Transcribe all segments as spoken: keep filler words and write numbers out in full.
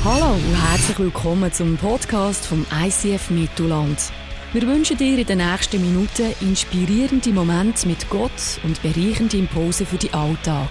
Hallo und herzlich willkommen zum Podcast vom I C F Mittelland. Wir wünschen dir in den nächsten Minuten inspirierende Momente mit Gott und bereichernde Impulse für den Alltag.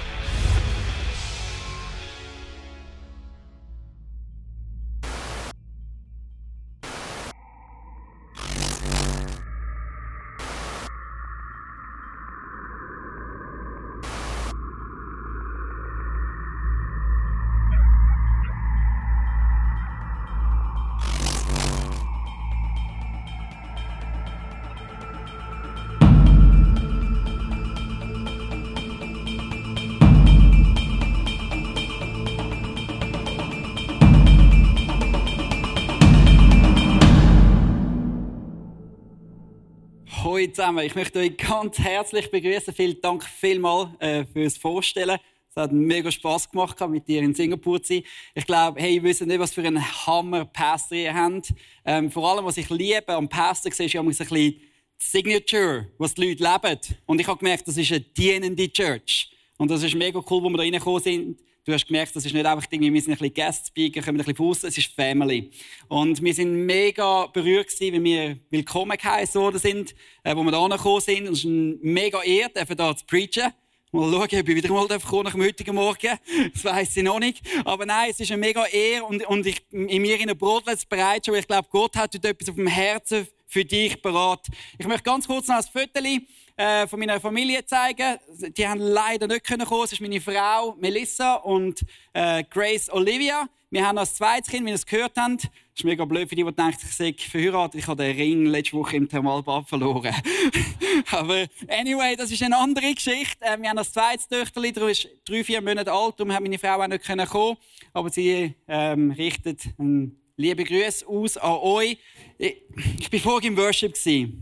Hallo zusammen, ich möchte euch ganz herzlich begrüßen. Vielen Dank vielmals äh, fürs Vorstellen. Es hat mega Spass gemacht, mit dir in Singapur zu sein. Ich glaube, hey, ihr wisst nicht, was für einen Hammer-Pastor ihr habt. Ähm, vor allem, was ich liebe am Pastor, ist ja ein bisschen die Signature, was die Leute leben. Und ich habe gemerkt, das ist eine dienende Church. Und das ist mega cool, wo wir da reingekommen sind. Du hast gemerkt, das ist nicht einfach irgendwie, wir sind ein bisschen Guest-Speaker, kommen ein bisschen von aussen, es ist Family. Und wir sind mega berührt gewesen, wenn wir willkommen geheißen worden sind, äh, wo wir da angekommen sind. Es ist eine mega Ehre, hier zu preachen. Mal schauen, ob ich wieder mal kommen nach dem heutigen Morgen. Das weiss ich noch nicht. Aber nein, es ist eine mega Ehre und, und ich, in mir in brodelt es bereits schon. Ich glaube, Gott hat heute etwas auf dem Herzen für dich parat. Ich möchte ganz kurz noch ein Foto äh, von meiner Familie zeigen. Die haben leider nicht kommen können. Es ist meine Frau Melissa und äh, Grace Olivia. Wir haben noch ein zweites Kind, wie ihr es gehört habt. Das ist mega blöd für die, die denken, ich sei verheiratet. Ich habe den Ring letzte Woche im Thermalbad verloren. Aber anyway, das ist eine andere Geschichte. Äh, wir haben noch ein zweites Töchterli, der ist drei, vier Monate alt. Und meine Frau auch nicht kommen können. Aber sie ähm, richtet einen lieben Gruß aus an euch. Ich, ich war vorhin im Worship.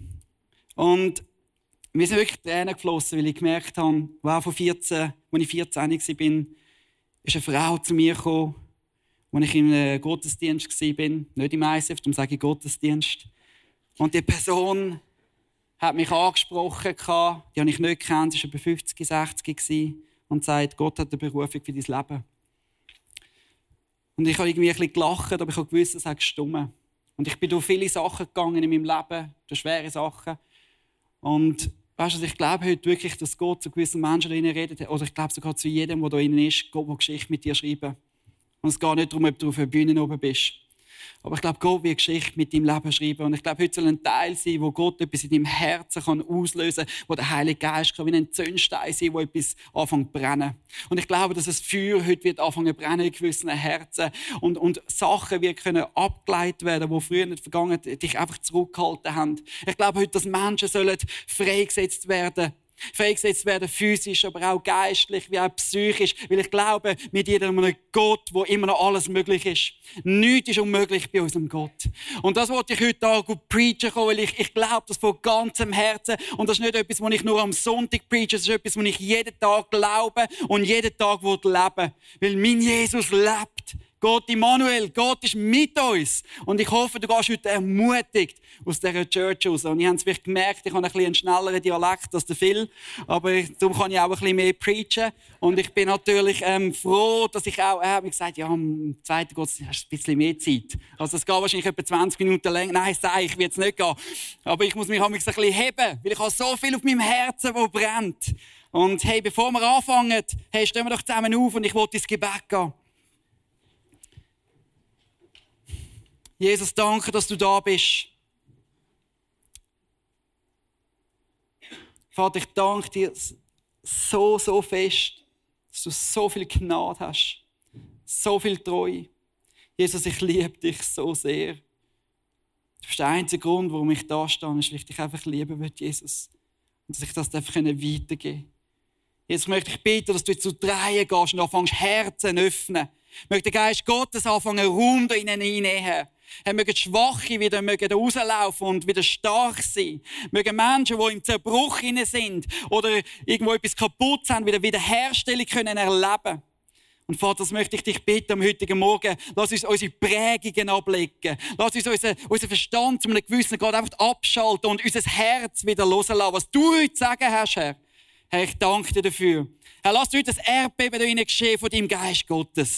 Und wir sind wirklich Tränen geflossen, weil ich gemerkt habe, wow, von vierzehn, als ich vierzehn war, ist eine Frau zu mir gekommen, als ich im Gottesdienst war. Nicht im I C F, darum sage ich Gottesdienst. Und die Person hat mich angesprochen, die habe ich nicht gekannt, sie war etwa fünfzig, sechzig und sagt, Gott hat eine Berufung für dein Leben. Und ich habe irgendwie ein bisschen gelacht, aber ich habe gewusst, es hat gestimmt. Und ich bin durch viele Sachen gegangen in meinem Leben, durch schwere Sachen. Und weißt du, ich glaube heute wirklich, dass Gott zu gewissen Menschen da redet, oder ich glaube sogar zu jedem, der da drin ist, Gott will Geschichte mit dir schreiben. Und es geht nicht darum, ob du auf der Bühne oben bist. Aber ich glaube, Gott will Geschichte mit deinem Leben schreiben. Und ich glaube, heute soll ein Teil sein, wo Gott etwas in deinem Herzen kann auslösen kann, wo der Heilige Geist kann wie ein Zündstein sein, wo etwas anfängt zu brennen. Und ich glaube, dass das Feuer heute wird anfangen zu brennen in gewissen Herzen. Und, und Sachen werden können abgeleitet werden, die früher in der Vergangenheit dich einfach zurückgehalten haben. Ich glaube heute, dass Menschen sollen freigesetzt werden. Freigesetzt werden, physisch, aber auch geistlich, wie auch psychisch. Weil ich glaube, mit jedem Gott, wo immer noch alles möglich ist. Nichts ist unmöglich bei unserem Gott. Und das wollte ich heute auch gut preachen, weil ich, ich glaube das von ganzem Herzen. Und das ist nicht etwas, was ich nur am Sonntag preache, das ist etwas, was ich jeden Tag glaube und jeden Tag leben will. Weil mein Jesus lebt. Gott Immanuel, Gott ist mit uns. Und ich hoffe, du gehst heute ermutigt aus dieser Church raus. Und ich habe es vielleicht gemerkt, ich habe ein bisschen einen schnelleren Dialekt als der Phil. Aber darum kann ich auch ein bisschen mehr preachen. Und ich bin natürlich ähm, froh, dass ich auch, er hat mir gesagt, ja, am zweiten Gott hast du ein bisschen mehr Zeit. Also es geht wahrscheinlich etwa zwanzig Minuten länger. Nein, sage ich, wird es nicht gehen. Aber ich muss mich ein bisschen heben, weil ich habe so viel auf meinem Herzen, das brennt. Und hey, bevor wir anfangen, hey, stehen wir doch zusammen auf und ich will ins Gebet gehen. Jesus, danke, dass du da bist. Vater, ich danke dir so, so fest, dass du so viel Gnade hast, so viel Treue. Jesus, ich liebe dich so sehr. Du bist der einzige Grund, warum ich da stehe, ist, weil ich dich einfach lieben will, Jesus. Und dass ich das weitergeben kann. Jetzt möchte ich bitten, dass du jetzt zu drehen gehst und anfängst, Herzen öffnen. Ich möchte den Geist Gottes anfangen, Raum da innen hineinnehmen. Er mögen Schwache wieder mögen rauslaufen und wieder stark sein. Mögen Menschen, die im Zerbruch hinein sind oder irgendwo etwas kaputt haben, wieder Wiederherstellung können erleben. Und Vater, das möchte ich dich bitten am heutigen Morgen. Lass uns unsere Prägungen ablegen. Lass uns unseren, unseren Verstand zu einem gewissen Grad einfach abschalten und unser Herz wieder loslassen. Was du heute sagen hast, Herr. Herr, ich danke dir dafür. Herr, lass heute das Erdbeben da geschehen von deinem Geist Gottes.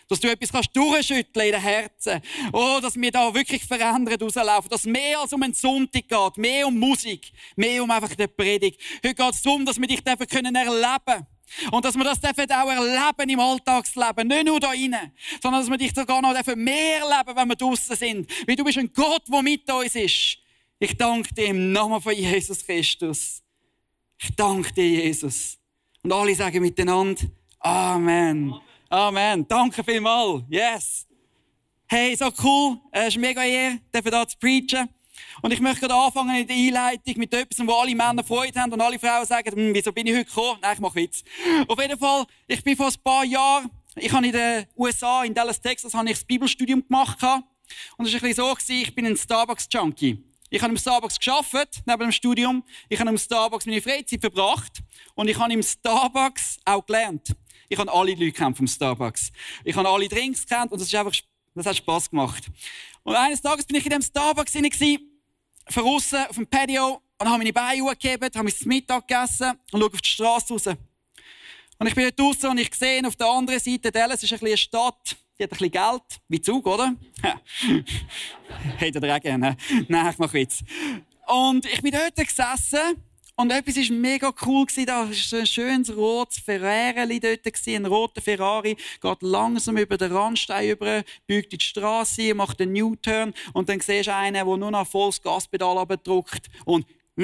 Dass du etwas kannst durchschütteln in den Herzen. Oh, dass wir da wirklich verändert rauslaufen. Dass es mehr als um einen Sonntag geht. Mehr um Musik. Mehr um einfach die Predigt. Heute geht es darum, dass wir dich erleben können erleben. Und dass wir das auch erleben im Alltagsleben. Nicht nur da rein, sondern dass wir dich sogar noch mehr erleben, wenn wir draussen sind. Weil du bist ein Gott, der mit uns ist. Ich danke dir im Namen von Jesus Christus. Ich danke dir, Jesus. Und alle sagen miteinander Amen. Amen. Danke vielmals. Yes. Hey, so cool. Es ist mega Ehre, hier zu preachen. Und ich möchte gerade anfangen in der Einleitung mit etwas, wo alle Männer Freude haben und alle Frauen sagen, hm, wieso bin ich heute gekommen? Nein, ich mache Witz. Auf jeden Fall, ich bin vor ein paar Jahren, ich habe in den U S A, in Dallas, Texas, habe ich das Bibelstudium gemacht. Und es war ein bisschen so, ich bin ein Starbucks-Junkie. Ich habe im Starbucks gearbeitet, neben dem Studium. Ich habe im Starbucks meine Freizeit verbracht. Und ich habe im Starbucks auch gelernt. Ich habe alle Leute kennt vom Starbucks. Ich habe alle Drinks kennt und das ist einfach, das hat Spass gemacht. Und eines Tages bin ich in dem Starbucks hinein, von aussen auf dem Patio, und habe meine Beine hochgehoben, habe mein Mittag gegessen und schaue auf die Straße raus. Und ich bin dort draussen und ich sehe auf der anderen Seite, Dallas ist ein bisschen eine Stadt, die hat ein bisschen Geld, wie Zug, oder? Hättet ihr auch gerne? Nein, ich mache Witz. Und ich bin dort gesessen und etwas war mega cool. Da war so ein schönes rotes Ferrari dort, ein roter Ferrari, geht langsam über den Randstein über, biegt in die Straße, macht einen U-Turn und dann siehst du einen, der nur noch volles Gaspedal runterdrückt und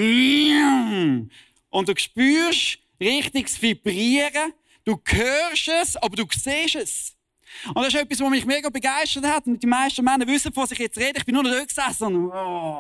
und du spürst richtiges Vibrieren, du hörst es, aber du siehst es. Und das ist etwas, was mich mega begeistert hat. Und die meisten Männer wissen, wovon ich jetzt rede. Ich bin nur noch dort gesessen. Und, oh.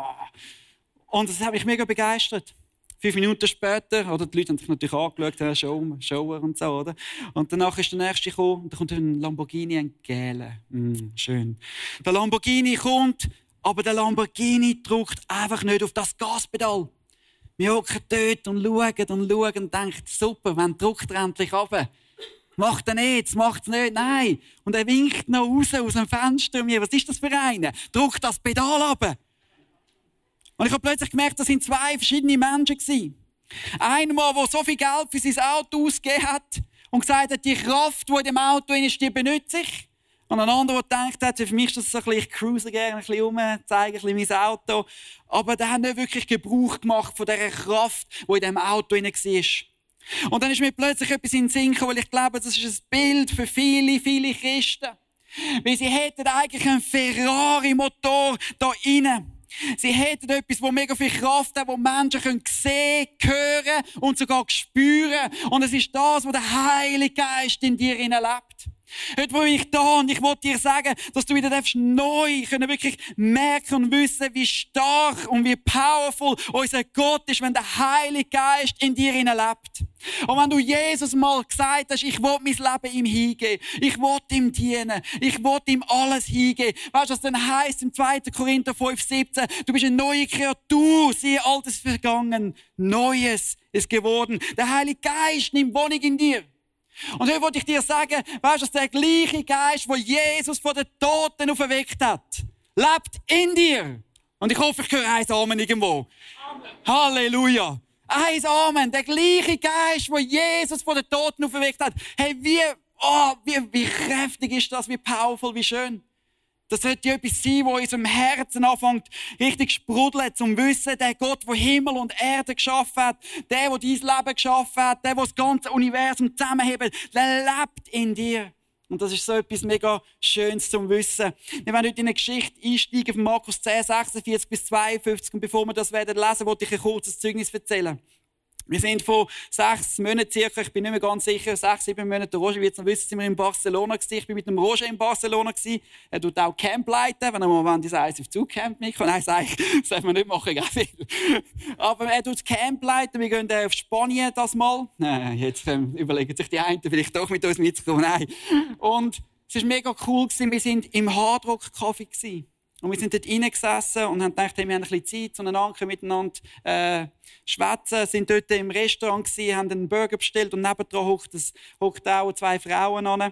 und das hat mich mega begeistert. Fünf Minuten später, oder die Leute haben sich natürlich angeschaut, Show, Shower und so, oder? Und danach ist der nächste gekommen und da kommt ein Lamborghini, ein gelber. Mm, schön. Der Lamborghini kommt, aber der Lamborghini drückt einfach nicht auf das Gaspedal. Wir hocken dort und schauen und schauen und denken, super, wann drückt er endlich runter? Macht er nicht, macht es nicht, nein. Und er winkt noch raus aus dem Fenster mir. Was ist das für einer? Drückt das Pedal runter. Und ich habe plötzlich gemerkt, das sind zwei verschiedene Menschen. Einer, der so viel Geld für sein Auto ausgegeben hat und gesagt hat, die Kraft, die in dem Auto ist, die benutze ich. Und ein anderer, der gedacht hat, für mich ist das so ein bisschen, ich cruise gerne ein bisschen rum, zeige ein bisschen mein Auto. Aber der hat nicht wirklich Gebrauch gemacht von dieser Kraft, die in diesem Auto war. Und dann ist mir plötzlich etwas in den Sinn gekommen, weil ich glaube, das ist ein Bild für viele, viele Christen. Weil sie hätten eigentlich einen Ferrari-Motor da innen. Sie hätten etwas, das mega viel Kraft hat, das Menschen können sehen, hören und sogar spüren. Und es ist das, was der Heilige Geist in dir lebt. Heute bin ich da und ich wollte dir sagen, dass du wieder neu können wirklich merken und wissen, wie stark und wie powerful unser Gott ist, wenn der Heilige Geist in dir lebt. Und wenn du Jesus mal gesagt hast, ich will mein Leben ihm hingeben, ich will ihm dienen, ich will ihm alles hingeben. Weißt du, was dann heisst im zweiten Korinther fünf siebzehn? Du bist eine neue Kreatur, siehe Altes vergangen, Neues ist geworden. Der Heilige Geist nimmt Wohnung in dir. Und heute wollte ich dir sagen, weißt du, dass der gleiche Geist, der Jesus von den Toten auferweckt hat, lebt in dir. Und ich hoffe, ich höre eins Amen irgendwo. Amen. Halleluja. Eins Amen. Der gleiche Geist, der Jesus von den Toten auferweckt hat. Hey, wie, oh, wie, wie kräftig ist das, wie powerful, wie schön. Das sollte etwas sein, das in unserem Herzen anfängt, richtig sprudeln, zum Wissen, der Gott, der Himmel und Erde geschaffen hat, der, der dein Leben geschaffen hat, der, der das ganze Universum zusammenhebt, der lebt in dir. Und das ist so etwas mega Schönes zum Wissen. Wir werden heute in eine Geschichte einsteigen von Markus zehn, sechsundvierzig bis zweiundfünfzig. Und bevor wir das werden lesen, wollte ich ein kurzes Zeugnis erzählen. Wir sind vor sechs Monaten circa, ich bin nicht mehr ganz sicher, sechs, sieben Monate, der Roger wird es noch wissen, sind wir in Barcelona gewesen. Ich bin mit dem Roger in Barcelona gewesen. Er tut auch Camp leiten, wenn er mal das eins auf Zugcamp mitkommt. Nein, sag ich, das darf man nicht machen, gell, viel. Aber er tut Camp leiten, wir gehen auf Spanien das mal. Nein, jetzt ähm, überlegen sich die einen vielleicht doch mit uns mitzukommen. Nein. Und es war mega cool gewesen. Wir waren im Hardrock-Café gewesen. Und wir sind dort reingesessen und haben gedacht, hey, wir haben ein bisschen Zeit, zueinander miteinander äh, schwätzen. Sind dort im Restaurant gewesen, haben einen Burger bestellt und nebendran hockt hockt auch zwei Frauen an.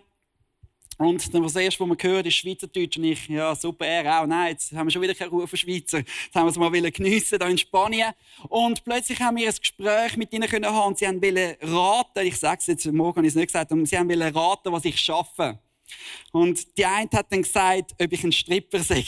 Und dann, was das erste, was man hört, ist Schweizerdeutsch. Und ich, ja, super, er auch. Nein, jetzt haben wir schon wieder keinen Ruf von Schweizer. Jetzt haben wir es mal geniessen hier in Spanien. Und plötzlich haben wir ein Gespräch mit ihnen haben. Sie wollten raten, ich sage es jetzt, morgen habe ich es nicht gesagt, sie wollten raten, was ich schaffe. Und die eine hat dann gesagt, ob ich ein Stripper sei.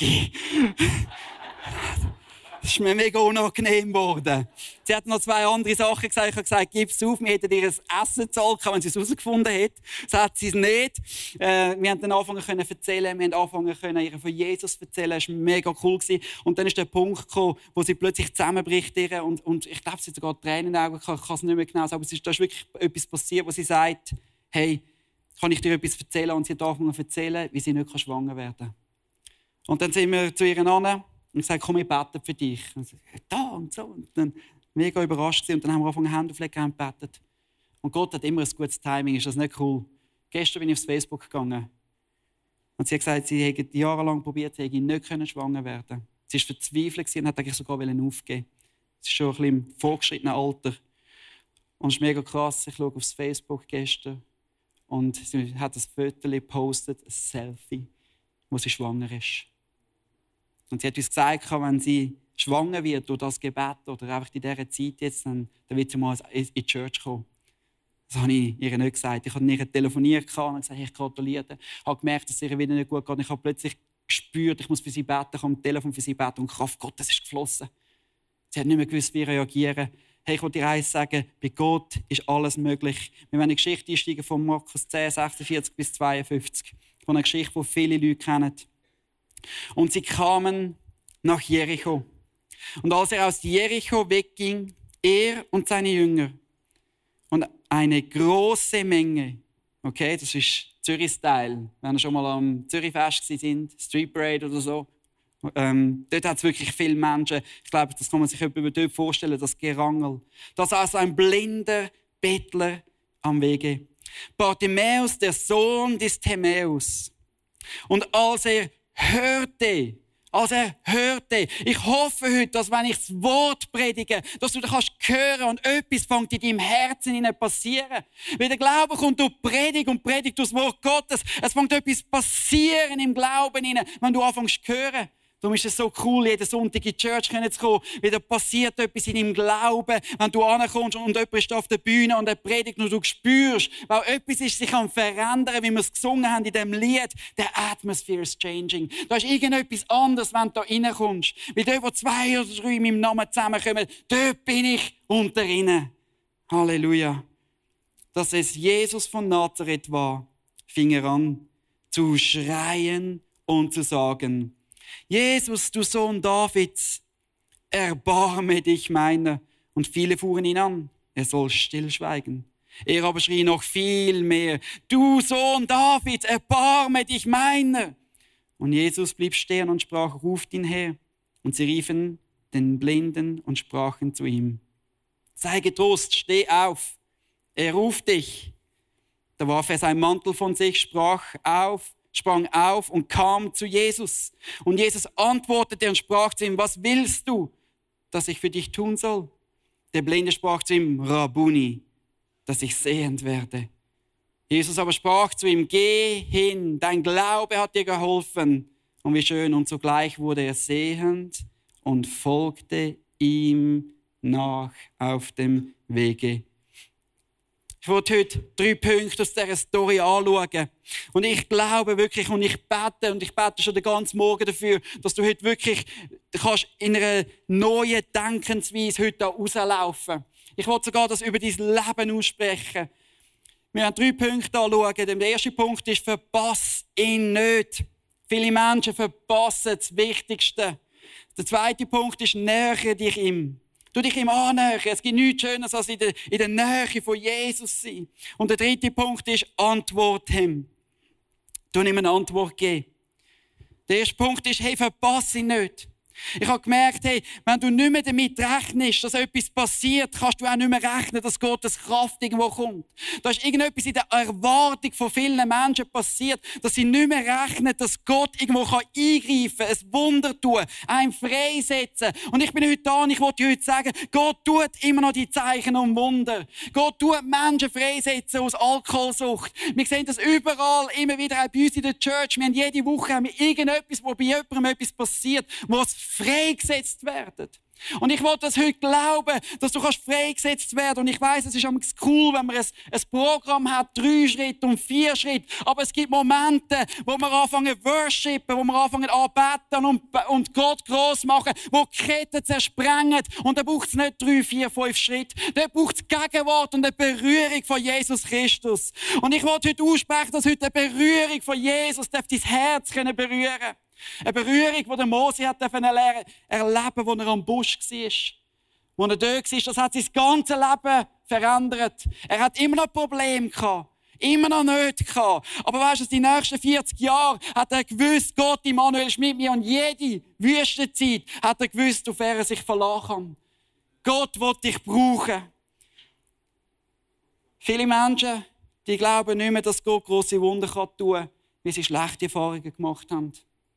Das ist mir mega unangenehm geworden. Sie hat noch zwei andere Sachen gesagt. Ich habe gesagt, gib es auf, wir hätten ihr ein Essen gezahlt, wenn sie es herausgefunden hätte. So hat sie es nicht. Äh, wir haben dann anfangen können erzählen, wir haben anfangen können, ihr von Jesus erzählen. Das war mega cool gewesen. Und dann ist der Punkt gekommen, wo sie plötzlich zusammenbricht. Ihr, und, und ich glaube, sie hat sogar Tränen in den Augen, ich kann es nicht mehr genau sagen, aber es ist, da ist wirklich etwas passiert, wo sie sagt, hey, kann ich dir etwas erzählen? Und sie hat angefangen zu erzählen, wie sie nicht schwanger werden kann. Und dann sind wir zu ihr hin. Und ich sagte, komm, ich bete für dich. Und sie sagte, da und so. Und dann mega überrascht. Und dann haben wir angefangen, Hände auflegen und gebetet. Und Gott hat immer ein gutes Timing. Ist das nicht cool? Gestern bin ich aufs Facebook gegangen. Und sie hat gesagt, sie hätte jahrelang probiert, sie hätte nicht schwanger werden. Sie war verzweifelt und hat eigentlich sogar aufgeben. Sie ist schon ein bisschen im fortgeschrittenen Alter. Und es ist mega krass. Ich schaue aufs Facebook gestern. Und sie hat ein Foto gepostet, ein Selfie, wo sie schwanger ist. Und sie hat uns gesagt, wenn sie schwanger wird durch das Gebet oder einfach in dieser Zeit jetzt, dann, dann wird sie mal in die Church kommen. Das habe ich ihr nicht gesagt. Ich habe ihr telefoniert und gesagt, ich gratuliere. Ich habe gemerkt, dass es ihr wieder nicht gut geht. Und ich habe plötzlich gespürt, ich muss für sie beten. Ich habe am Telefon für sie beten und die Kraft Gottes ist geflossen. Sie hat nicht mehr gewusst, wie reagieren. Hey, ich wollte dir eins sagen, bei Gott ist alles möglich. Wir werden in die Geschichte einsteigen von Markus zehn, sechsundvierzig bis zweiundfünfzig. Von einer Geschichte, die viele Leute kennen. Und sie kamen nach Jericho. Und als er aus Jericho wegging, er und seine Jünger und eine große Menge, okay, das ist Zürich-Style, wenn ihr schon mal am Zürich-Fest sind, Street Parade oder so, ähm, dort hat es wirklich viele Menschen. Ich glaube, das kann man sich über dort vorstellen, das Gerangel. Das also ein blinder Bettler am Wege. Bartimäus, der Sohn des Timäus. Und als er hörte, als er hörte, ich hoffe heute, dass wenn ich das Wort predige, dass du das kannst hören und etwas fängt in deinem Herzen passieren. Weil der Glaube kommt durch Predigt und Predigt durch das Wort Gottes. Es fängt etwas passieren im Glauben, wenn du anfängst zu hören. Darum ist es so cool, jeden Sonntag in die Church zu kommen, weil da passiert etwas in deinem Glauben, wenn du ankommst und jemand ist auf der Bühne und er predigt und du spürst, weil etwas ist sich am verändern, wie wir es gesungen haben in diesem Lied. The atmosphere is changing. Da ist irgendetwas anderes, wenn du da reinkommst. Weil dort, wo zwei oder drei in meinem Namen zusammenkommen, dort bin ich unter ihnen. Halleluja. Dass es Jesus von Nazareth war, fing er an zu schreien und zu sagen, Jesus, du Sohn Davids, erbarme dich meiner. Und viele fuhren ihn an, er soll stillschweigen. Er aber schrie noch viel mehr, du Sohn Davids, erbarme dich meiner. Und Jesus blieb stehen und sprach, ruft ihn her. Und sie riefen den Blinden und sprachen zu ihm, sei getrost, steh auf, er ruft dich. Da warf er seinen Mantel von sich, sprach auf, sprang auf und kam zu Jesus. Und Jesus antwortete und sprach zu ihm, was willst du, dass ich für dich tun soll? Der Blinde sprach zu ihm, Rabbuni, dass ich sehend werde. Jesus aber sprach zu ihm, geh hin, dein Glaube hat dir geholfen. Und wie schön, und sogleich wurde er sehend und folgte ihm nach auf dem Wege. Ich wollte heute drei Punkte aus dieser Story anschauen. Und ich glaube wirklich, und ich bete, und ich bete schon den ganzen Morgen dafür, dass du heute wirklich kannst in einer neuen Denkensweise heute da rauslaufen. Ich wollte sogar das über dein Leben aussprechen. Wir haben drei Punkte anschauen. Der erste Punkt ist, verpass ihn nicht. Viele Menschen verpassen das Wichtigste. Der zweite Punkt ist, nähere dich ihm. Du dich ihm annähern. Es gibt nichts Schönes, als in der, in der Nähe von Jesus sein. Und der dritte Punkt ist, antwort ihm. Du ihm eine Antwort geben. Der erste Punkt ist, hey, verpasse ihn nicht. Ich habe gemerkt, hey, wenn du nicht mehr damit rechnest, dass etwas passiert, kannst du auch nicht mehr rechnen, dass Gottes Kraft irgendwo kommt. Da ist irgendetwas in der Erwartung von vielen Menschen passiert, dass sie nicht mehr rechnen, dass Gott irgendwo eingreifen kann, ein Wunder tun, einen freisetzen. Und ich bin heute da und ich wollte dir heute sagen, Gott tut immer noch die Zeichen und Wunder. Gott tut Menschen freisetzen aus Alkoholsucht. Wir sehen das überall, immer wieder auch bei uns in der Church. Wir haben jede Woche haben wir irgendetwas, wo bei jemandem etwas passiert, wo es freigesetzt werden. Und ich will das heute glauben, dass du kannst freigesetzt werden. Und ich weiss, es ist immer cool, wenn man ein, ein Programm hat, drei Schritte und vier Schritte. Aber es gibt Momente, wo wir anfangen worshipen, wo wir anfangen anbeten und, und Gott gross machen, wo die Ketten zersprengen. Und da braucht es nicht drei, vier, fünf Schritte. Da braucht es Gegenwart und eine Berührung von Jesus Christus. Und ich will heute aussprechen, dass heute eine Berührung von Jesus dein Herz berühren kann. Eine Berührung, die der Mose hat erleben durfte, als er am Busch war. Als er dort war, das hat sein ganzes Leben verändert. Er hat immer noch Probleme gehabt. Immer noch nicht gehabt. Aber weißt du, die nächsten vierzig Jahre hat er gewusst, Gott, Immanuel ist mit mir. Und jede Wüstenzeit hat er gewusst, auf wer er sich verlassen kann. Gott will dich brauchen. Viele Menschen, die glauben nicht mehr, dass Gott grosse Wunder tun kann, weil sie schlechte Erfahrungen gemacht haben.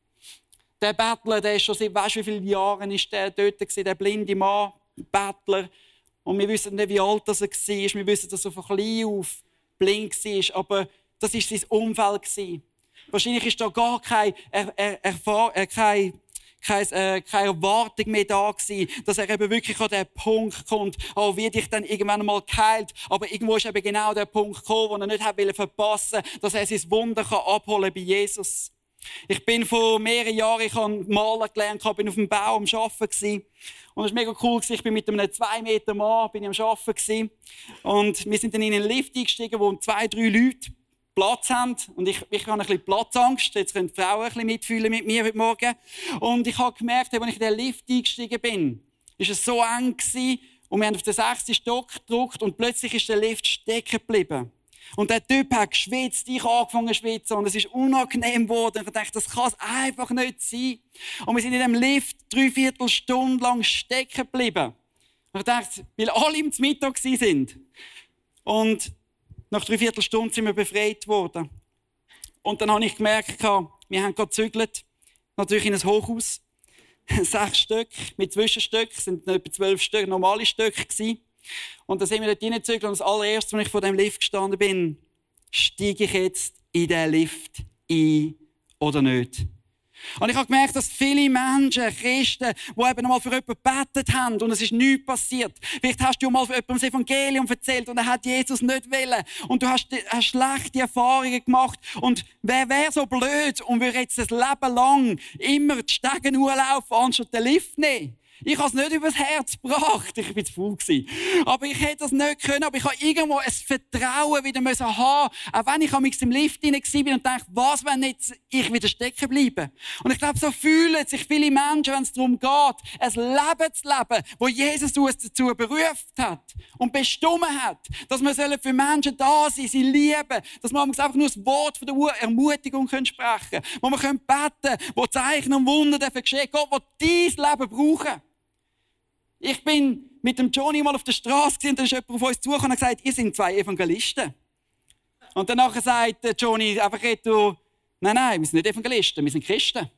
Der Bettler, der ist schon seit weißt, wie vielen Jahren ist der dort gewesen, der blinde Mann, Bettler. Und wir wissen nicht, wie alt er war. Wir wissen, dass er von klein auf blind war. Aber das war sein Umfeld. Wahrscheinlich ist da gar keine, er, er, Erfahr- äh, keine, keine, äh, keine Erwartung mehr da gewesen, dass er eben wirklich an den Punkt kommt, oh, wird dich dann irgendwann mal geheilt. Aber irgendwo ist eben genau der Punkt gekommen, wo er nicht hat verpassen wollte, dass er sein Wunder abholen kann bei Jesus. Ich bin vor mehreren Jahren, ich habe Malen gelernt, ich bin auf dem Bau am Arbeiten. Und es war mega cool, ich bin mit einem zwei Meter Mann bin ich am Arbeiten. Und wir sind dann in einen Lift eingestiegen, wo zwei, drei Leute Platz haben. Und ich, ich habe ein bisschen Platzangst. Jetzt können die Frauen ein bisschen mitfühlen mit mir heute Morgen. Und ich habe gemerkt, als ich in den Lift eingestiegen bin, war es so eng gewesen, und wir haben auf den sechsten Stock gedrückt und plötzlich ist der Lift stecken geblieben. Und der Typ hat geschwitzt, ich habe angefangen zu schwitzen und es ist unangenehm geworden. Und ich dachte, das kann es einfach nicht sein. Und wir sind in dem Lift dreiviertel Stunde lang stecken geblieben. Und ich dachte, weil alle im Mittag waren. Und nach dreiviertel Stunde sind wir befreit worden. Und dann habe ich gemerkt, wir haben gerade gezügelt, natürlich in ein Hochhaus. Sechs Stück mit Zwischenstöcken, es waren etwa zwölf Stück, normale Stöcke gewesen. Und dann sind wir dort reingezügelt und das allererste, als ich vor dem Lift gestanden bin, steige ich jetzt in diesen Lift ein oder nicht? Und ich habe gemerkt, dass viele Menschen, Christen, die eben einmal für jemanden gebetet haben und es ist nichts passiert. Vielleicht hast du mal für jemandem das Evangelium erzählt und er hat Jesus nicht wollen. Und du hast, hast schlechte Erfahrungen gemacht. Und wer wäre so blöd und würde jetzt das Leben lang immer die Stege hochlaufen, anstatt den Lift nehmen? Ich habe es nicht übers Herz gebracht. Ich war zu faul. Aber ich hätte das nicht können. Aber ich habe irgendwo ein Vertrauen wieder müssen haben. Auch wenn ich am im Lift hinein war und dachte, was, wenn jetzt ich wieder stecken bleibe? Und ich glaube, so fühlen sich viele Menschen, wenn es darum geht, ein Leben zu leben, wo Jesus uns dazu berufen hat und bestimmt hat, dass wir für Menschen da sein, sie lieben, dass wir einfach nur das Wort von der Ermutigung sprechen können, wo wir beten können, wo Zeichen und Wunder geschehen, Gott will dein Leben brauchen. Ich bin mit dem Johnny mal auf der Straße und da ist jemand auf uns zugekommen und hat gesagt, ihr seid zwei Evangelisten. Und danach sagt der Johnny einfach, du, nein, nein, wir sind nicht Evangelisten, wir sind Christen.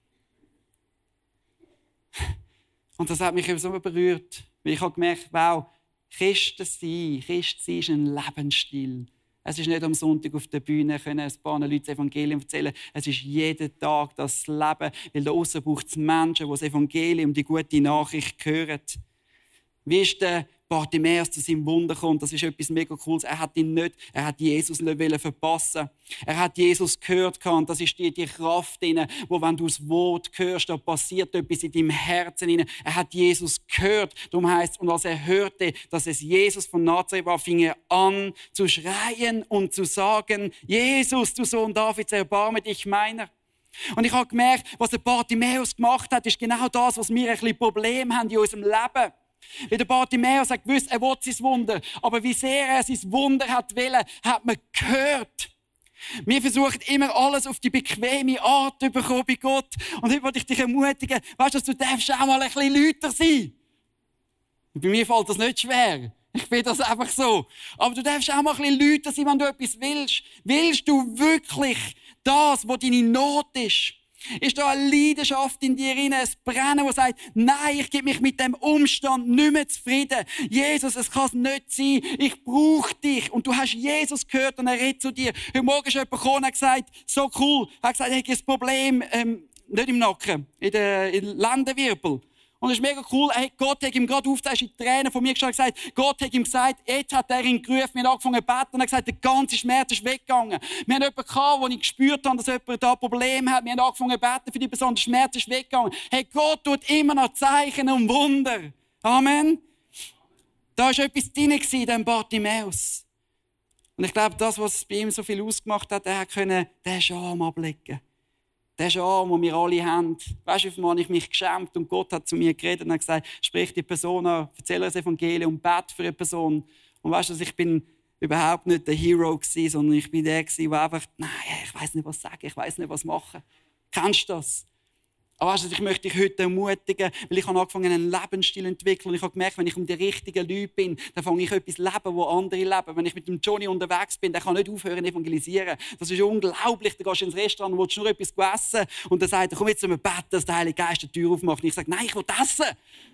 Und das hat mich so berührt, weil ich habe gemerkt, wow, Christen sein, Christ sein ist ein Lebensstil. Es ist nicht am Sonntag auf der Bühne können ein paar Leute das Evangelium erzählen. Es ist jeden Tag das Leben, weil da aussen braucht es Menschen, die das Evangelium, die gute Nachricht hören. Wie ist der Bartimäus zu seinem Wunder gekommen? Das ist etwas mega Cooles. Er hat ihn nicht, er hat Jesus nicht verpassen. Er hat Jesus gehört und das ist die, die Kraft drin, wo wenn du das Wort hörst, da passiert etwas in deinem Herzen drin. Er hat Jesus gehört. Darum heisst, und als er hörte, dass es Jesus von Nazareth war, fing er an zu schreien und zu sagen, Jesus, du Sohn Davids, erbarme dich meiner. Und ich habe gemerkt, was der Bartimäus gemacht hat, ist genau das, was wir ein bisschen Problem haben in unserem Leben. Wie der Bartimäus hat gewusst, er will sein Wunder. Aber wie sehr er sein Wunder hat wollen, hat man gehört. Wir versuchen immer alles auf die bequeme Art zu bekommen bei Gott. Und heute wollte ich dich ermutigen, weißt du, du darfst auch mal ein bisschen lauter sein. Bei mir fällt das nicht schwer. Ich bin das einfach so. Aber du darfst auch mal ein bisschen lauter sein, wenn du etwas willst. Willst du wirklich das, was deine Not ist? Ist da eine Leidenschaft in dir rein, ein Brennen, das sagt, nein, ich gebe mich mit dem Umstand nicht mehr zufrieden. Jesus, es kann es nicht sein. Ich brauche dich. Und du hast Jesus gehört und er redet zu dir. Heute Morgen ist jemand gekommen und hat gesagt, so cool. Er hat gesagt, ich habe ein Problem, ähm, nicht im Nacken, in den Lendenwirbel. Und es ist mega cool, hey, Gott hat ihm gerade auf, da ist in die Tränen von mir gesagt, Gott hat ihm gesagt, jetzt hat er ihn gerufen, wir haben angefangen zu beten und er hat gesagt, der ganze Schmerz ist weggegangen. Wir haben jemanden gehabt, wo ich gespürt habe, dass jemand da Probleme hat. Wir haben angefangen zu beten für die Person, der Schmerz ist weggegangen. Hey, Gott tut immer noch Zeichen und Wunder. Amen. Da war etwas drin in diesem Bartimäus. Und ich glaube, das, was bei ihm so viel ausgemacht hat, er konnte den Scham ablegen. Der Scham, den wir alle haben. Weißt du, wie habe ich mich geschämt und Gott hat zu mir geredet und hat gesagt, sprich die Person an, erzähle das Evangelium, bete für eine Person. Und weißt du, ich bin überhaupt nicht der Hero gewesen, sondern ich bin der gewesen, der einfach, nein, ich weiß nicht, was sagen, ich weiß nicht, was machen. Kennst du das? Aber weißt du, ich möchte dich heute ermutigen, weil ich habe angefangen, einen Lebensstil zu entwickeln. Und ich habe gemerkt, wenn ich um die richtigen Leute bin, dann fange ich etwas leben, wo andere leben. Wenn ich mit dem Johnny unterwegs bin, dann kann nicht aufhören zu evangelisieren. Das ist unglaublich. Du gehst ins Restaurant und willst nur etwas essen. Und dann sagt er, komm jetzt zum Beten, dass der Heilige Geist die Tür aufmacht. Und ich sage, nein, ich will essen.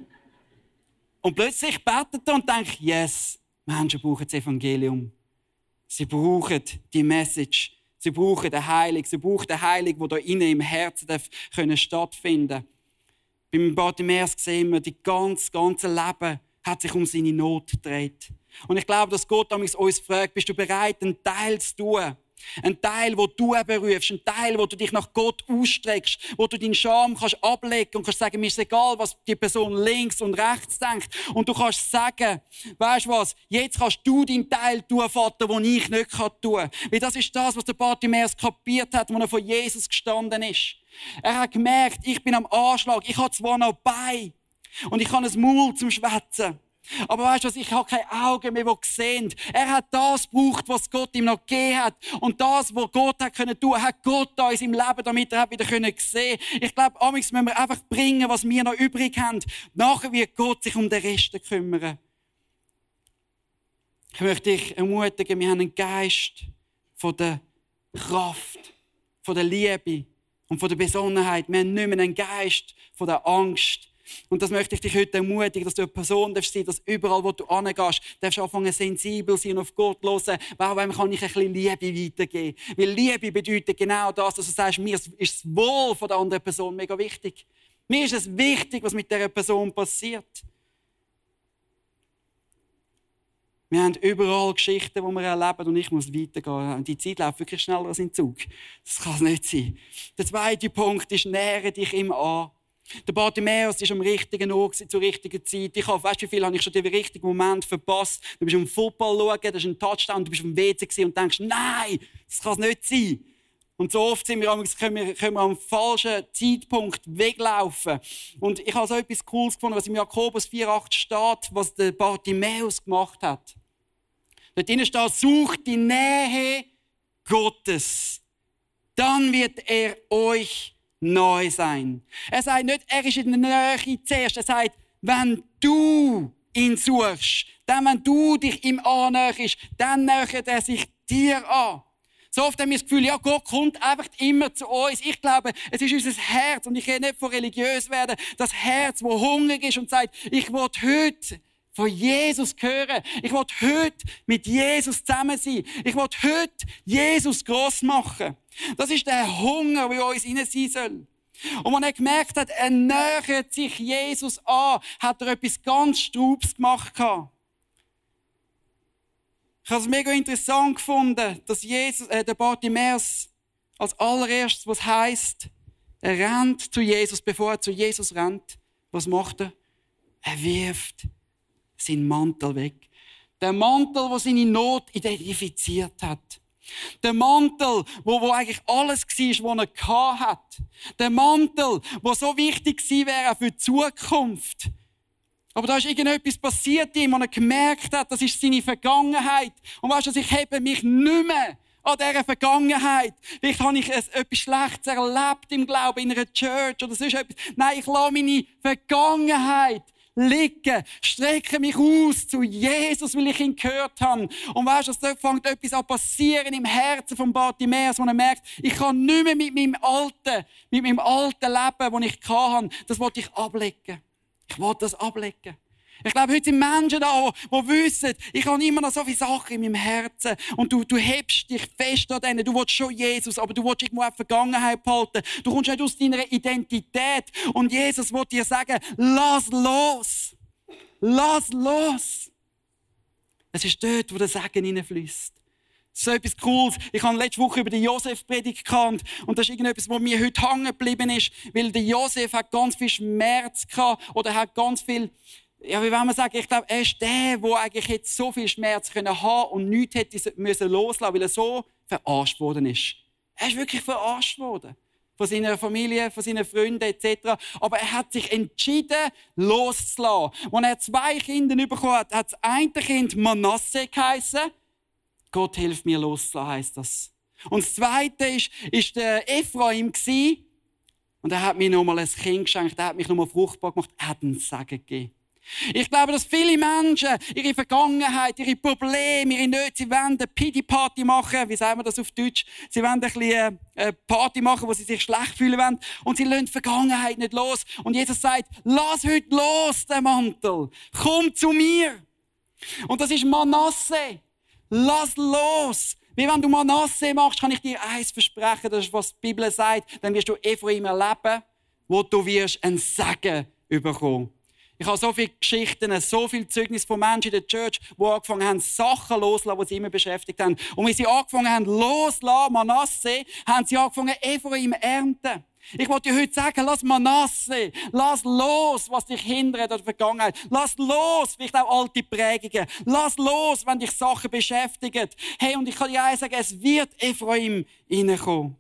Und plötzlich betet er und denkt, yes, Menschen brauchen das Evangelium. Sie brauchen die Message. Sie brauchen den Heiligen. Sie brauchen den Heiligen, der da innen im Herzen können stattfinden darf. Beim Bartimäus sehen wir, das ganze, ganze Leben hat sich um seine Not gedreht. Und ich glaube, dass Gott uns fragt, bist du bereit, einen Teil zu tun? Ein Teil, wo du berufst, ein Teil, wo du dich nach Gott ausstreckst, wo du deinen Scham kannst ablegen und kannst sagen, mir ist egal, was die Person links und rechts denkt. Und du kannst sagen, weißt du was, jetzt kannst du deinen Teil tun, Vater, den ich nicht tun kann. Weil das ist das, was der Bartimäus kapiert hat, als er vor Jesus gestanden ist. Er hat gemerkt, ich bin am Anschlag, ich habe zwar noch Beine und ich habe ein Maul zum Schwätzen. Aber weißt du was, ich habe keine Augen mehr, die sehen. Er hat das gebraucht, was Gott ihm noch gegeben hat. Und das, was Gott hat können tun, hat Gott da in seinem Leben, damit er wieder sehen konnte. Ich glaube, amigs müssen wir einfach bringen, was wir noch übrig haben. Nachher wird Gott sich um den Rest kümmern. Ich möchte dich ermutigen, wir haben einen Geist von der Kraft, von der Liebe und von der Besonnenheit. Wir haben nicht mehr einen Geist von der Angst. Und das möchte ich dich heute ermutigen, dass du eine Person sein darfst, dass überall, wo du hingehst, darfst du anfangen, sensibel sein und auf Gott hören. Warum kann ich ein bisschen Liebe weitergeben? Weil Liebe bedeutet genau das, dass du sagst, mir ist das Wohl von der anderen Person mega wichtig. Mir ist es wichtig, was mit dieser Person passiert. Wir haben überall Geschichten, die wir erleben und ich muss weitergehen. Die Zeit läuft wirklich schneller als im Zug. Das kann es nicht sein. Der zweite Punkt ist, nähere dich ihm an. Der Bartimäus ist am richtigen Ort zur richtigen Zeit. Ich habe, weißt du, wie viel habe ich schon den richtigen Moment verpasst? Du bist am Football schauen, das ist ein Touchdown, du bist am W C und denkst, nein, das kann es nicht sein. Und so oft sind wir, können, wir, können wir am falschen Zeitpunkt weglaufen. Und ich habe so etwas Cooles gefunden, was im Jakobus vier acht steht, was der Bartimäus gemacht hat. Dort drinnen steht, sucht die Nähe Gottes. Dann wird er euch neu sein. Er sagt nicht, er ist in der Nähe zuerst. Er sagt, wenn du ihn suchst, dann, wenn du dich ihm annäherst, dann nähert er sich dir an. So oft haben wir das Gefühl, ja, Gott kommt einfach immer zu uns. Ich glaube, es ist unser Herz, und ich rede nicht von religiös werden, das Herz, das hungrig ist und sagt, ich will heute von Jesus hören. Ich will heute mit Jesus zusammen sein. Ich will heute Jesus gross machen. Das ist der Hunger, der in uns hinein sein soll. Und wenn er gemerkt hat, er nähert sich Jesus an, hat er etwas ganz Straubes gemacht. Ich habe es mega interessant gefunden, dass Jesus, äh, der Bartimäus als allererstes, was heisst, er rennt zu Jesus, bevor er zu Jesus rennt. Was macht er? Er wirft seinen Mantel weg. Der Mantel, der seine Not identifiziert hat. Der Mantel, wo, wo eigentlich alles war, was er hatte. Der Mantel, der so wichtig gewesen wäre für die Zukunft. Aber da ist irgendetwas passiert ihm, und er gemerkt hat, das ist seine Vergangenheit. Und weißt du, ich hebe mich nicht mehr an dieser Vergangenheit. Vielleicht habe ich etwas Schlechtes erlebt im Glauben, in einer Church oder sonst etwas. Nein, ich lasse meine Vergangenheit liegen, strecke mich aus zu Jesus, weil ich ihn gehört habe. Und weißt du, da fängt etwas an passieren im Herzen von Bartimäus, wo er merkt, ich kann nicht mehr mit meinem alten, mit meinem alten Leben, das ich hatte, das wollte ich ablegen. Ich wollte das ablegen. Ich glaube, heute sind Menschen da, die, die wissen, ich habe immer noch so viele Sachen in meinem Herzen. Und du, du hebst dich fest an denen. Du willst schon Jesus, aber du willst irgendwo die Vergangenheit behalten. Du kommst nicht aus deiner Identität. Und Jesus will dir sagen, lass los. Lass los. Es ist dort, wo der Segen hineinfließt. So etwas Cooles. Ich habe letzte Woche über den Josef predigt gehabt. Und das ist irgendetwas, was mir heute hängen geblieben ist. Weil der Josef hat ganz viel Schmerz gehabt. Oder hat ganz viel, ja, wie wollen wir sagen, ich glaube, er ist der, der eigentlich jetzt so viel Schmerz können haben und nichts hätte müssen loslassen, weil er so verarscht worden ist. Er ist wirklich verarscht worden. Von seiner Familie, von seinen Freunden et cetera. Aber er hat sich entschieden, loszulassen. Als er zwei Kinder bekommen hat, hat das eine Kind Manasse geheissen. Gott hilft mir loszulassen, heisst das. Und das Zweite ist, ist der Ephraim gewesen. Und er hat mir nochmal ein Kind geschenkt. Er hat mich nochmal fruchtbar gemacht. Er hat einen Segen gegeben. Ich glaube, dass viele Menschen ihre Vergangenheit, ihre Probleme, ihre Nöte, sie wollen eine Pity-Party machen. Wie sagen wir das auf Deutsch? Sie wollen ein bisschen eine Party machen, wo sie sich schlecht fühlen wollen. Und sie lassen die Vergangenheit nicht los. Und Jesus sagt, lass heute los, den Mantel. Komm zu mir. Und das ist Manasse. Lass los! Wie wenn du Manasse machst, kann ich dir eins versprechen, das ist, was die Bibel sagt, dann wirst du Ephraim erleben, wo du wirst einen Segen bekommen. Ich habe so viele Geschichten, so viele Zeugnisse von Menschen in der Church, die angefangen haben, Sachen loszulassen, die sie immer beschäftigt haben. Und wenn sie angefangen haben, loszulassen, Manasse, haben sie angefangen, Ephraim ernten. Ich wollte dir heute sagen, lass Manasse, lass los, was dich hindert an der Vergangenheit. Lass los, vielleicht auch alte Prägungen. Lass los, wenn dich Sachen beschäftigen. Hey, und ich kann dir eins sagen, es wird Ephraim reinkommen.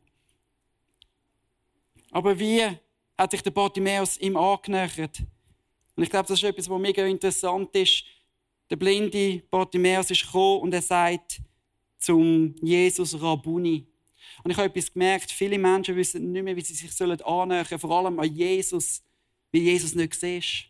Aber wie hat sich der Bartimäus ihm angenähert? Und ich glaube, das ist etwas, was mega interessant ist. Der blinde Bartimäus ist gekommen und er sagt zum Jesus Rabbuni. Und ich habe etwas gemerkt, viele Menschen wissen nicht mehr, wie sie sich annähern sollen, vor allem an Jesus, weil Jesus nicht siehst.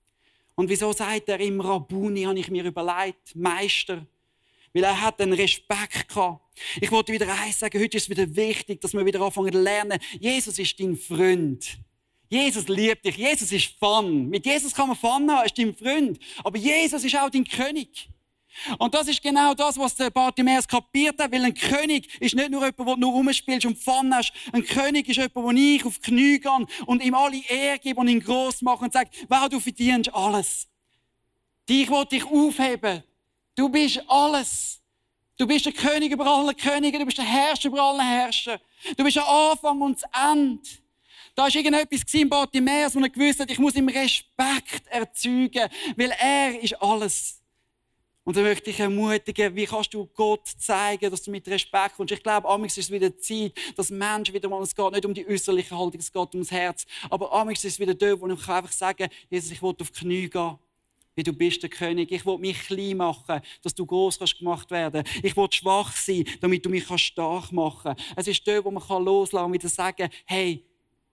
Und wieso sagt er im Rabbuni, habe ich mir überlegt, Meister, weil er hat einen Respekt gehabt. Ich wollte wieder eins sagen, heute ist es wieder wichtig, dass wir wieder anfangen zu lernen, Jesus ist dein Freund. Jesus liebt dich, Jesus ist Fun. Mit Jesus kann man Fun haben, er ist dein Freund. Aber Jesus ist auch dein König. Und das ist genau das, was der Bartimäus kapiert hat, weil ein König ist nicht nur jemand, der nur rumspielst und Fun hast. Ein König ist jemand, wo ich auf die Knie gehe und ihm alle Ehre gebe und ihn gross mache und sage, wow, du verdienst alles. Dich will dich aufheben. Du bist alles. Du bist der König über alle Könige, du bist der Herrscher über alle Herrscher. Du bist der Anfang und das Ende. Da war irgendetwas im Bartimäus, wo er gewusst hat, ich muss ihm Respekt erzeugen, weil er ist alles. Und dann möchte ich ermutigen, wie kannst du Gott zeigen, dass du mit Respekt kommst. Ich glaube, amigs ist es wieder Zeit, dass Menschen wieder mal, es geht nicht um die äußerliche Haltung, es geht ums Herz. Aber amigs ist es wieder dort, wo ich einfach sagen kann, Jesus, ich will auf die Knie gehen, weil du bist der König. Ich will mich klein machen, dass du gross kannst gemacht werden. Ich will schwach sein, damit du mich stark machen kannst. Es ist dort, wo man loslassen kann und wieder sagen, hey,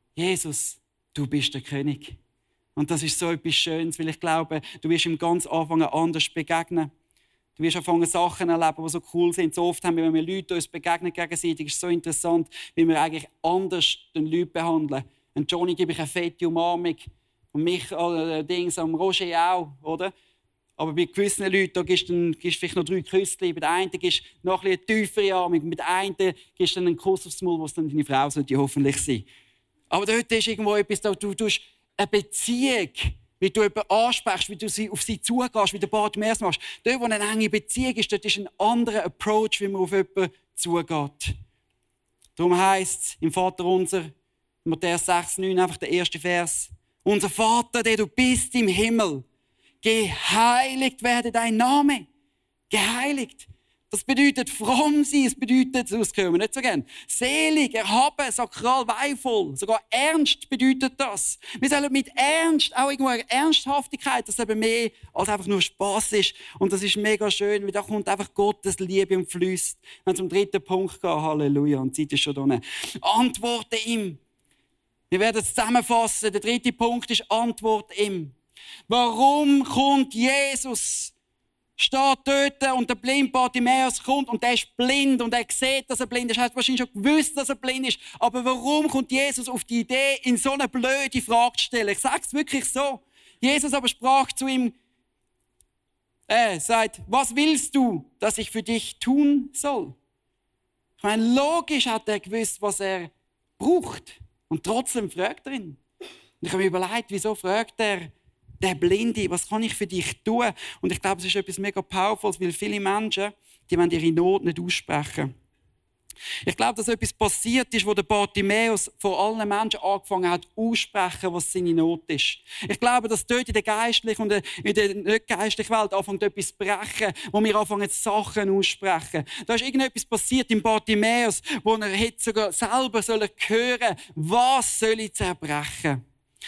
Jesus, du bist der König. Und das ist so etwas Schönes, weil ich glaube, du wirst ihm ganz Anfang anders begegnen. Du wirst anfangen, Sachen erleben, die so cool sind. So oft haben wir, wenn wir Leute uns begegnen gegenseitig, ist es so interessant, wie wir eigentlich anders den Leuten behandeln. Und Johnny gebe ich eine fette Umarmung. Und mich, äh, Dings, am Roger auch, oder? Aber bei gewissen Leuten, da gibst du vielleicht noch drei Küsschen. Bei der einen gibst du noch ein bisschen eine tiefere Umarmung. Bei der einen gibst du einen Kuss aufs Maul, was dann deine Frau sollte hoffentlich sein. Aber dort ist irgendwo etwas, da du tust eine Beziehung, wie du jemanden ansprichst, wie du sie, auf sie zugehst, wie der Bartimäus machst. Dort, wo eine enge Beziehung ist, dort ist ein anderer Approach, wie man auf jemanden zugeht. Darum heisst es im Vater unser, in Matthäus sechs, neun, einfach der erste Vers. Unser Vater, der du bist im Himmel, geheiligt werde dein Name. Geheiligt. Das bedeutet fromm sein, es bedeutet, das hören wir nicht so gerne, selig, erhaben, sakral, weihevoll. Sogar ernst bedeutet das. Wir sollen mit Ernst, auch irgendwo eine Ernsthaftigkeit, dass eben mehr als einfach nur Spass ist. Und das ist mega schön, weil da kommt einfach Gottes Liebe und fließt. Wenn zum dritten Punkt gehen, Halleluja, und die Zeit ist schon da. Antworte ihm. Wir werden es zusammenfassen. Der dritte Punkt ist Antwort ihm. Warum kommt Jesus? Steht dort und der blinde Bartimäus kommt und der ist blind und er sieht, dass er blind ist. Er hat wahrscheinlich schon gewusst, dass er blind ist. Aber warum kommt Jesus auf die Idee, in so eine blöde Frage zu stellen? Ich sage es wirklich so. Jesus aber sprach zu ihm, Er sagt, was willst du, dass ich für dich tun soll? Ich meine, logisch hat er gewusst, was er braucht. Und trotzdem fragt er ihn. Und ich habe mir überlegt, wieso fragt er der Blinde, was kann ich für dich tun? Und ich glaube, es ist etwas mega Powerfules, weil viele Menschen, die wollen ihre Not nicht aussprechen. Ich glaube, dass etwas passiert ist, wo der Bartimäus vor allen Menschen angefangen hat, aussprechen, was seine Not ist. Ich glaube, dass dort in der geistlichen und in der nicht geistlichen Welt anfängt etwas zu brechen, wo wir anfangen, Sachen aussprechen. Da ist irgendetwas passiert im Bartimäus, wo er hätte sogar selber hören sollen, was soll ich zerbrechen?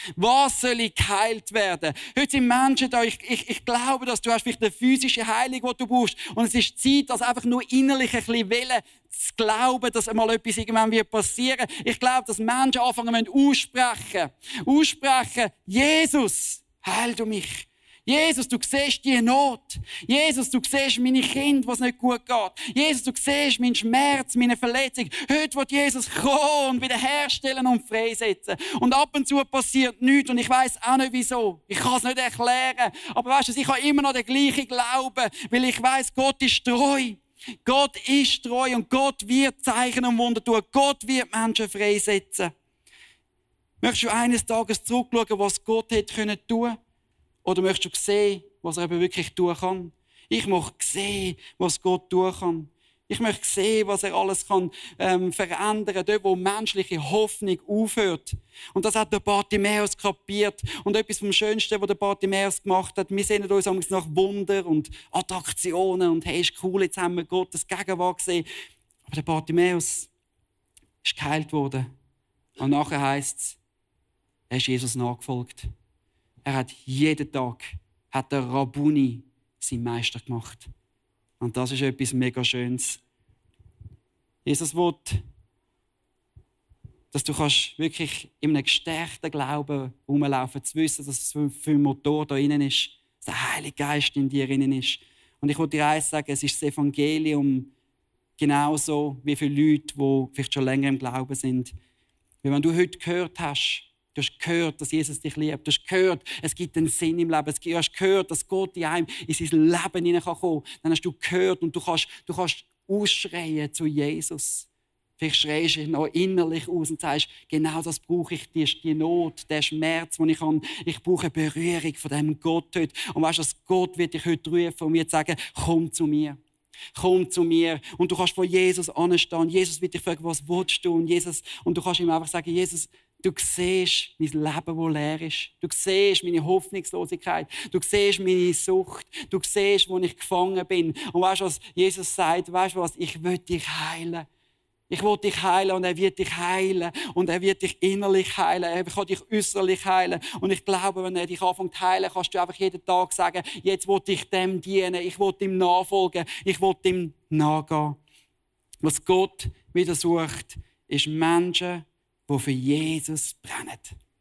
Was soll ich geheilt werden? Heute sind Menschen da, ich, ich, ich glaube, dass du hast vielleicht eine physische Heilung, die du brauchst. Und es ist Zeit, dass einfach nur innerlich ein bisschen Willen zu glauben, dass einmal etwas irgendwann wird passieren. Ich glaube, dass Menschen anfangen müssen aussprechen. Aussprechen, Jesus, heil du mich. Jesus, du siehst die Not. Jesus, du siehst meine Kinder, was nicht gut geht. Jesus, du siehst meinen Schmerz, meine Verletzung. Heute wird Jesus kommen und wiederherstellen und freisetzen. Und ab und zu passiert nichts und ich weiss auch nicht wieso. Ich kann es nicht erklären. Aber weißt du, ich habe immer noch den gleichen Glauben, weil ich weiss, Gott ist treu. Gott ist treu und Gott wird Zeichen und Wunder tun. Gott wird Menschen freisetzen. Möchtest du eines Tages zurückschauen, was Gott hätte tun können? Oder möchtest du sehen, was er eben wirklich tun kann? Ich möchte sehen, was Gott tun kann. Ich möchte sehen, was er alles kann, ähm, verändern kann, dort, wo menschliche Hoffnung aufhört. Und das hat der Bartimäus kapiert. Und etwas vom Schönsten, was der Bartimäus gemacht hat, wir sehen uns nach Wunder und Attraktionen und hey, ist cool, jetzt haben wir Gottes Gegenwart gesehen. Aber der Bartimäus ist geheilt worden. Und nachher heisst es, er ist Jesus nachgefolgt. Er hat jeden Tag hat der Rabbuni seinen Meister gemacht. Und das ist etwas mega Schönes. Jesus will, dass du kannst wirklich in einem gestärkten Glauben rumlaufen, zu wissen, dass es für ein Motor da innen ist, dass der Heilige Geist in dir innen ist. Und ich will dir eins sagen, es ist das Evangelium genauso wie für Leute, die vielleicht schon länger im Glauben sind. Weil wenn du heute gehört hast, du hast gehört, dass Jesus dich liebt. Du hast gehört, es gibt einen Sinn im Leben. Du hast gehört, dass Gott in einem in sein Leben hineinkommen kann. Dann hast du gehört und du kannst, du kannst ausschreien zu Jesus. Vielleicht schreist du noch innerlich aus und sagst, genau das brauche ich, die, die Not, der Schmerz, den ich habe. Ich brauche eine Berührung von diesem Gott heute. Und weißt du, dass Gott wird dich heute rufen und mir sagen, komm zu mir. Komm zu mir. Und du kannst vor Jesus anstehen. Jesus wird dich fragen, was willst du? Und, Jesus, und du kannst ihm einfach sagen, Jesus, du siehst mein Leben, das leer ist. Du siehst meine Hoffnungslosigkeit. Du siehst meine Sucht. Du siehst, wo ich gefangen bin. Und weißt du, was Jesus sagt? Weißt du was? Ich will dich heilen. Ich will dich heilen und er wird dich heilen. Und er wird dich innerlich heilen. Er kann dich äußerlich heilen. Und ich glaube, wenn er dich anfängt zu heilen, kannst du einfach jeden Tag sagen, jetzt will ich dem dienen. Ich will ihm nachfolgen. Ich will ihm nachgehen. Was Gott wieder sucht, ist Menschen, die für Jesus brennen.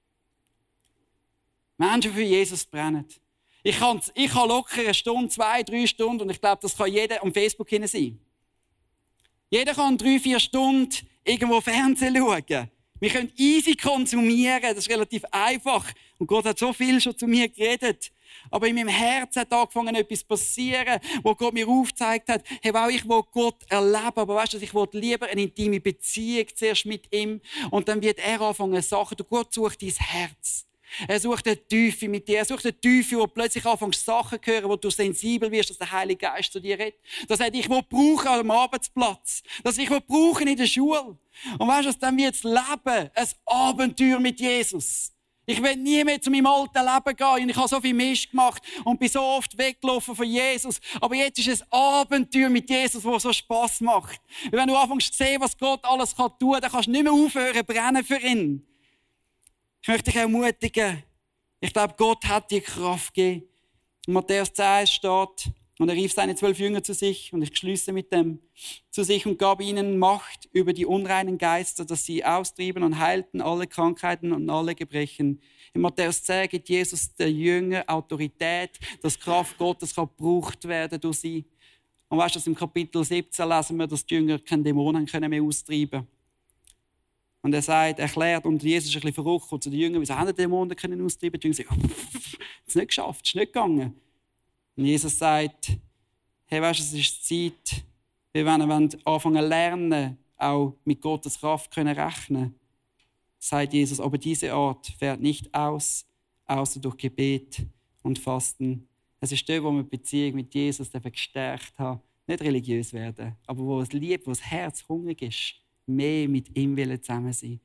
Menschen für Jesus brennen. Ich kann, ich kann locker eine Stunde, zwei, drei Stunden, und ich glaube, das kann jeder am Facebook hinein sein. Jeder kann drei, vier Stunden irgendwo Fernsehen schauen. Wir können easy konsumieren, das ist relativ einfach. Und Gott hat so viel schon zu mir geredet. Aber in meinem Herzen hat angefangen, etwas zu passieren, wo Gott mir aufgezeigt hat, hey, wow, ich will Gott erleben, aber weißt du, ich will lieber eine intime Beziehung zuerst mit ihm. Und dann wird er anfangen, Sachen, du Gott sucht dein Herz. Er sucht eine Tiefe mit dir. Er sucht eine Tiefe, wo du plötzlich anfängst, Sachen zu hören, wo du sensibel wirst, dass der Heilige Geist zu dir redet. Dass er dich brauchen am Arbeitsplatz. Dass ich brauchen in der Schule. Und weißt du, dann wird das Leben ein Abenteuer mit Jesus. Ich will nie mehr zu meinem alten Leben gehen. Und ich habe so viel Mist gemacht und bin so oft weggelaufen von Jesus. Aber jetzt ist es ein Abenteuer mit Jesus, das so Spass macht. Weil wenn du anfängst zu sehen, was Gott alles tun kann, dann kannst du nicht mehr aufhören, brennen für ihn. Ich möchte dich ermutigen. Ich glaube, Gott hat dir Kraft gegeben. In Matthäus zehn steht, und er rief seine zwölf Jünger zu sich, und ich schließe mit dem, zu sich und gab ihnen Macht über die unreinen Geister, dass sie austrieben und heilten alle Krankheiten und alle Gebrechen. In Matthäus zehn gibt Jesus der Jünger Autorität, dass die Kraft Gottes kann gebraucht werden durch sie. Und weißt du, im Kapitel siebzehn lesen wir, dass die Jünger keine Dämonen mehr austreiben können. Und er sagt, erklärt, und Jesus ist ein bisschen verrückt, und zu den Jüngern, wieso haben die Dämonen können austreiben? Die Jünger sagen, oh, es ist nicht geschafft, es ist nicht gegangen. Und Und Jesus sagt, hey, weißt du, es ist Zeit, wir wollen anfangen zu lernen, auch mit Gottes Kraft können rechnen. Sagt Jesus, aber diese Art fährt nicht aus, außer durch Gebet und Fasten. Es ist dort, wo wir die Beziehung mit Jesus gestärkt haben. Nicht religiös werden, aber wo es liebt, wo das Herz hungrig ist, mehr mit ihm zusammen sein.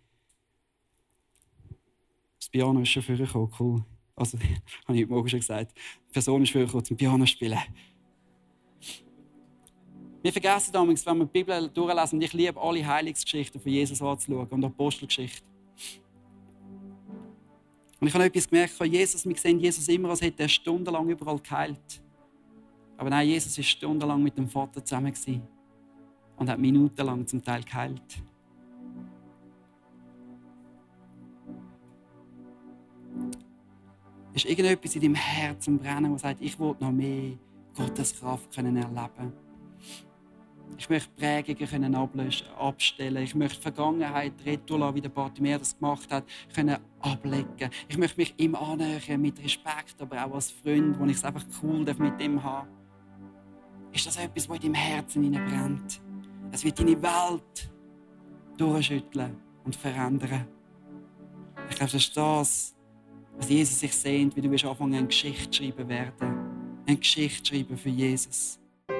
Das Piano ist schon vorgekommen, cool. Also, habe ich heute Morgen schon gesagt. Die Person ist vorgekommen zum Piano spielen. Wir vergessen damals, wenn wir die Bibel durchlesen, und ich liebe alle Heilungsgeschichten von Jesus anzuschauen und Apostelgeschichten. Und ich habe etwas gemerkt, Jesus, wir sehen Jesus immer, als hätte er stundenlang überall geheilt. Aber nein, Jesus war stundenlang mit dem Vater zusammen und hat minutenlang zum Teil geheilt. Ist irgendetwas in deinem Herzen brennen, das sagt, ich will noch mehr Gottes Kraft erleben können? Ich möchte Prägungen können ablösen, abstellen. Ich möchte die Vergangenheit retour, wie der Bartimäus das gemacht hat, können ablecken. Ich möchte mich ihm annähern, mit Respekt, aber auch als Freund, wo ich es einfach cool mit ihm habe. Ist das etwas, das in deinem Herzen brennt? Es wird deine Welt durchschütteln und verändern. Ich glaube, das ist das, was Jesus sich sehnt, wie du anfangen, eine Geschichte zu schreiben werden. Eine Geschichte zu schreiben für Jesus.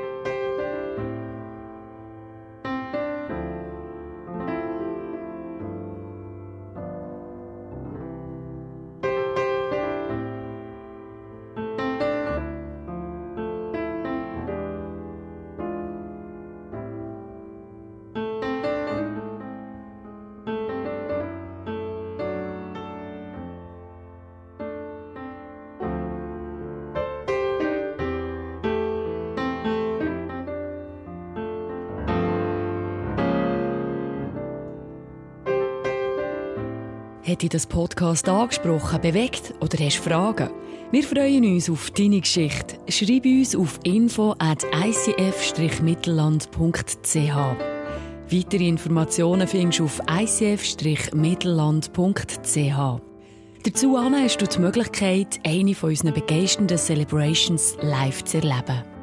Hat dich das Podcast angesprochen, bewegt oder hast Fragen? Wir freuen uns auf deine Geschichte. Schreib uns auf info at i c f mittelland punkt c h. Weitere Informationen findest du auf i c f mittelland punkt c h. Dazu hast du die Möglichkeit, eine von unseren begeisternden Celebrations live zu erleben.